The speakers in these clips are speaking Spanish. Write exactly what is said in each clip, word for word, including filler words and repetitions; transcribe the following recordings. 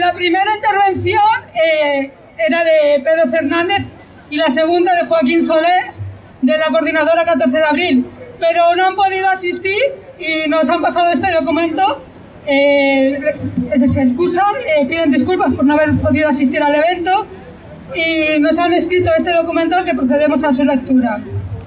La primera intervención eh, era de Pedro Fernández y la segunda de Joaquín Soler, de la coordinadora catorce de abril, pero no han podido asistir y nos han pasado este documento. Eh, se excusan, eh, piden disculpas por no haber podido asistir al evento y nos han escrito este documento que procedemos a su lectura.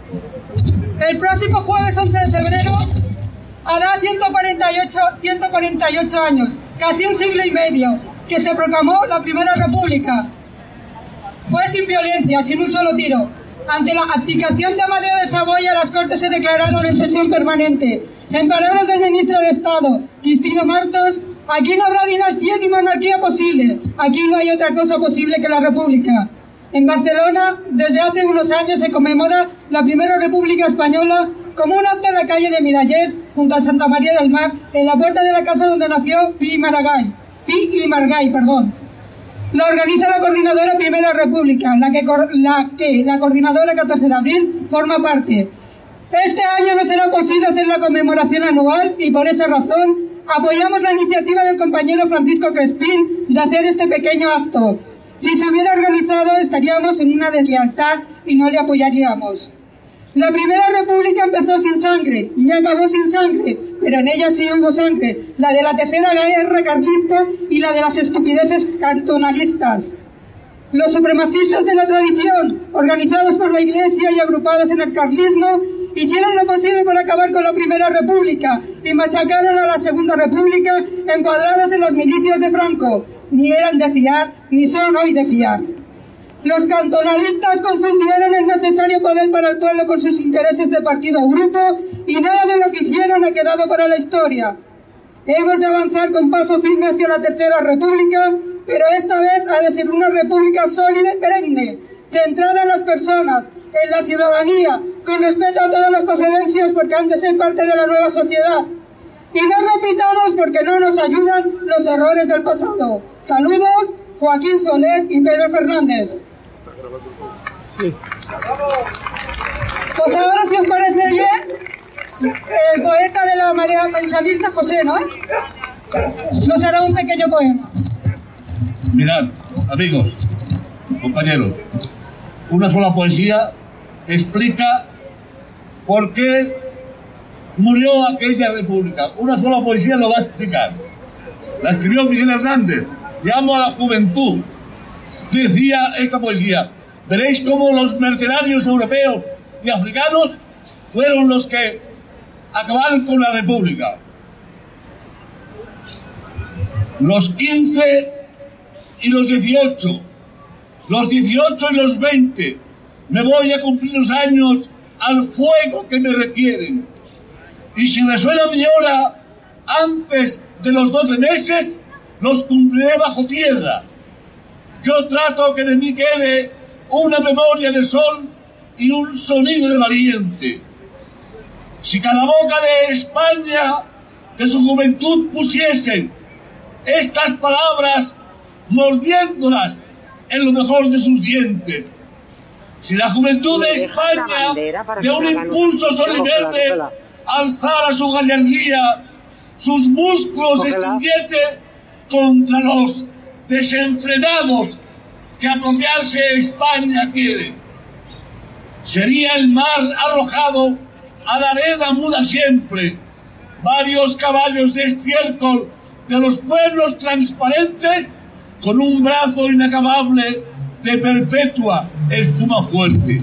El próximo jueves once de febrero hará ciento cuarenta y ocho, ciento cuarenta y ocho años, casi un siglo y medio, que se proclamó la Primera República. Fue sin violencia, sin un solo tiro. Ante la abdicación de Amadeo de Saboya, las Cortes se declararon en sesión permanente. En palabras del ministro de Estado, Cristino Martos, aquí no habrá dinastía ni monarquía posible. Aquí no hay otra cosa posible que la República. En Barcelona, desde hace unos años, se conmemora la Primera República Española como un acto en la calle de Mirallers, junto a Santa María del Mar, en la puerta de la casa donde nació Pi y Margall. Pi y Margall, perdón. La organiza la Coordinadora Primera República, la que, la que la Coordinadora catorce de abril forma parte. Este año no será posible hacer la conmemoración anual y por esa razón apoyamos la iniciativa del compañero Francisco Crespín de hacer este pequeño acto. Si se hubiera organizado estaríamos en una deslealtad y no le apoyaríamos. La Primera República empezó sin sangre y acabó sin sangre, pero en ella sí hubo sangre, la de la Tercera Guerra Carlista y la de las estupideces cantonalistas. Los supremacistas de la tradición, organizados por la Iglesia y agrupados en el carlismo, hicieron lo posible por acabar con la Primera República y machacaron a la Segunda República encuadrados en las milicias de Franco. Ni eran de fiar, ni son hoy de fiar. Los cantonalistas confundieron el necesario poder para el pueblo con sus intereses de partido o grupo y nada de lo que hicieron ha quedado para la historia. Hemos de avanzar con paso firme hacia la Tercera República, pero esta vez ha de ser una república sólida y perenne, centrada en las personas, en la ciudadanía, con respeto a todas las procedencias porque han de ser parte de la nueva sociedad. Y no repitamos porque no nos ayudan los errores del pasado. Saludos, Joaquín Soler y Pedro Fernández. Pues ahora, si os parece bien, el poeta de la marea pensionista, José, ¿no? Nos hará un pequeño poema. Mirad, amigos, compañeros, una sola poesía explica por qué murió aquella república. Una sola poesía lo va a explicar. La escribió Miguel Hernández. Llamo a la juventud. Decía esta poesía: veréis cómo los mercenarios europeos y africanos fueron los que acabaron con la república. Los quince y los dieciocho, los dieciocho y los veinte, me voy a cumplir los años al fuego que me requieren. Y si resuena mi hora antes de los doce meses, los cumpliré bajo tierra. Yo trato que de mí quede una memoria de sol y un sonido de valiente. Si cada boca de España de su juventud pusiese estas palabras, mordiéndolas en lo mejor de sus dientes. Si la juventud de España de un impulso sol y verde alzara su gallardía, sus músculos extendiese contra los desenfrenados que apropiarse España quiere. Sería el mar arrojado a la arena muda siempre, varios caballos de estiércol de los pueblos transparentes con un brazo inacabable de perpetua espuma fuerte.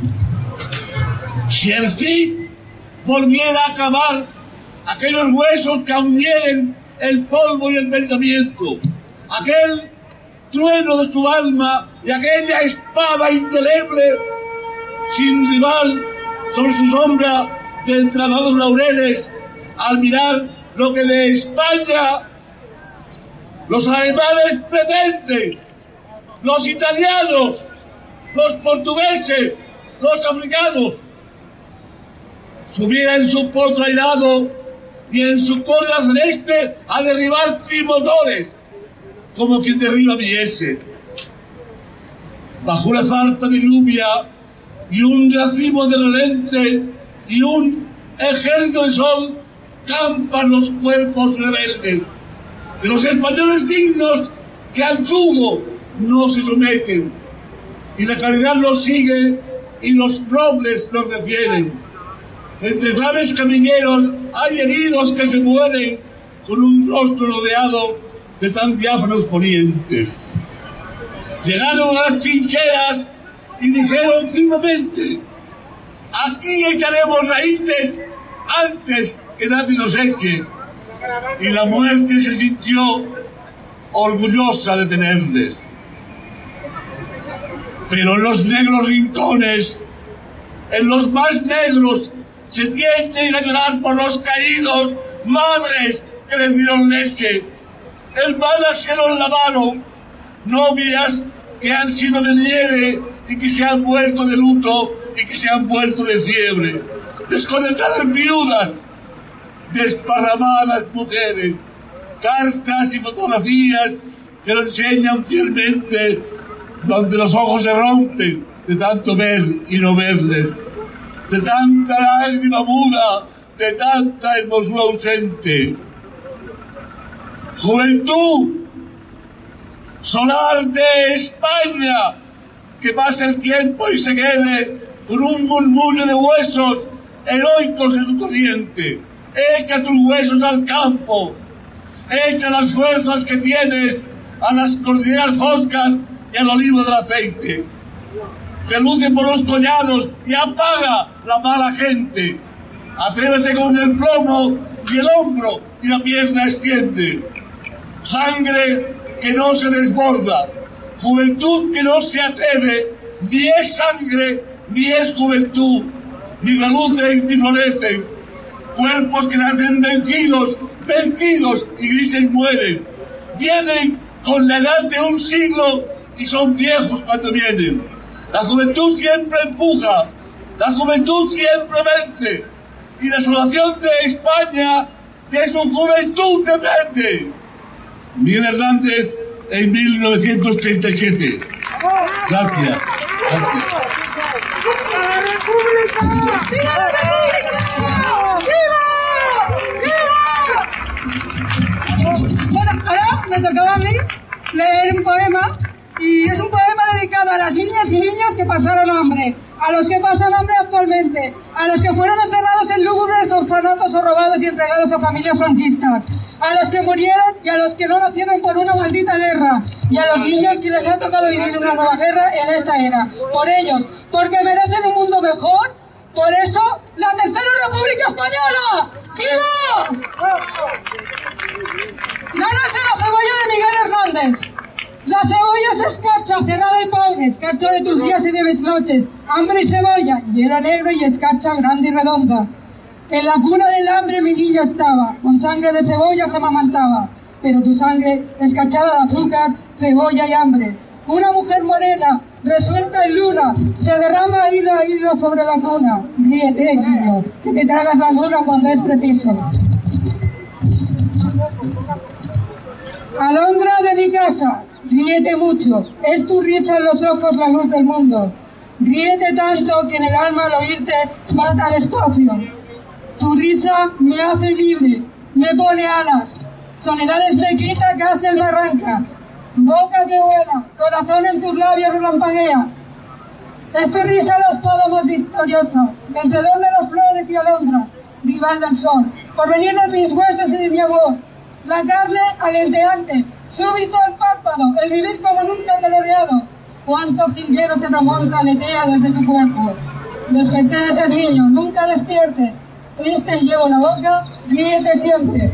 Si el Cid volviera a acabar aquellos huesos que aún hieren el polvo y el pensamiento, aquel trueno de su alma y aquella espada indeleble sin rival sobre su sombra de entradados laureles, al mirar lo que de España los alemanes pretenden, los italianos, los portugueses, los africanos, subiera en su potro airado y en su cola celeste a derribar trimotores, como quien derriba Viese. Bajo una zarpa de lluvia y un racimo de relente y un ejército de sol, campan los cuerpos rebeldes de los españoles dignos que al yugo no se someten, y la caridad los sigue y los robles los refieren. Entre claves camilleros hay heridos que se mueren con un rostro rodeado de tan diáfanos ponientes. Llegaron a las trincheras y dijeron firmemente: aquí echaremos raíces antes que nadie nos eche. Y la muerte se sintió orgullosa de tenerles. Pero en los negros rincones, en los más negros, se tienden a llorar por los caídos, madres que les dieron leche, hermanas que los lavaron, novias que han sido de nieve y que se han vuelto de luto y que se han vuelto de fiebre, desconectadas viudas, desparramadas mujeres, cartas y fotografías que lo enseñan fielmente, donde los ojos se rompen de tanto ver y no verles, de tanta lágrima muda, de tanta hermosura ausente. Juventud, solar de España, que pase el tiempo y se quede con un murmullo de huesos heroicos en su corriente. Echa tus huesos al campo, echa las fuerzas que tienes a las cordilleras foscas y al olivo del aceite. Reluce por los collados y apaga la mala gente. Atrévete con el plomo y el hombro y la pierna extiende. Sangre que no se desborda, juventud que no se atreve, ni es sangre ni es juventud, ni relucen ni florecen. Cuerpos que nacen vencidos, vencidos y grises mueren. Vienen con la edad de un siglo y son viejos cuando vienen. La juventud siempre empuja, la juventud siempre vence, y la salvación de España de su juventud depende. Miguel Hernández en mil novecientos treinta y siete. Gracias. Gracias. ¡Viva la República! ¡Viva la República! ¡Viva! ¡Viva! Bueno, ahora me tocaba a mí leer un poema, y es un poema dedicado a las niñas y niños que pasaron hambre, a los que pasan hambre actualmente, a los que fueron encerrados en lúgubres orfanatos o robados y entregados a familias franquistas, a los que murieron y a los que no nacieron por una maldita guerra, y a los niños que les ha tocado vivir una nueva guerra en esta era. Por ellos, porque merecen un mundo mejor, por eso, la Tercera República Española. ¡Viva! ¡Gánate la cebolla de Miguel Hernández! La cebolla es escarcha, cerrada y pobre, escarcha de tus días y de mis noches, hambre y cebolla, y era negro y escarcha grande y redonda. En la cuna del hambre mi niño estaba, con sangre de cebolla se amamantaba, pero tu sangre, escarchada de azúcar, cebolla y hambre. Una mujer morena, resuelta en luna, se derrama hilo a hilo sobre la cuna. Ríete, niño, que te tragas la luna cuando es preciso. Alondra de mi casa, ríete mucho, es tu risa en los ojos la luz del mundo. Ríete tanto que en el alma al oírte mata el espacio. Tu risa me hace libre, me pone alas, soledades me quita, cárcel me arranca. Boca que vuela, corazón en tus labios relampaguea. Es tu risa la espada más victoriosa, vencedor de las flores y alondras, rival del sol, porvenir de mis huesos y de mi amor. La carne alenteante, súbito el párpado, el vivir como nunca coloreado. Cuántos jilgueros se remonta, aletea desde tu cuerpo. Desperté de ser niño, nunca despiertes. Triste y llevo la boca, ríete siempre.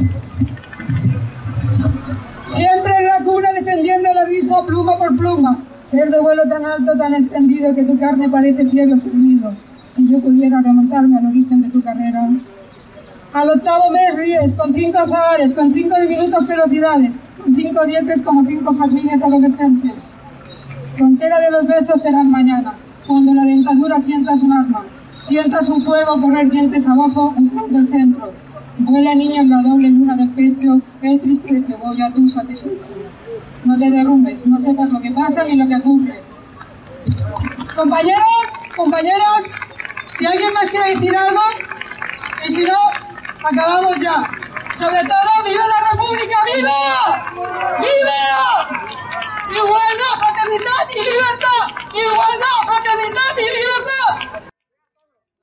Siempre en la cuna defendiendo la risa pluma por pluma. Ser de vuelo tan alto, tan extendido, que tu carne parece cielo subido. Si yo pudiera remontarme al origen de tu carrera. Al octavo mes ríes, con cinco azahares, con cinco diminutas velocidades, con cinco dientes como cinco jazmines adolescentes. Frontera de los besos serán mañana, cuando la dentadura sientas un arma. Sientas un fuego correr dientes abajo buscando el centro. Vuela niño en la doble luna del pecho, el triste de cebolla, tú satisfecho. No te derrumbes, no sepas lo que pasa ni lo que ocurre.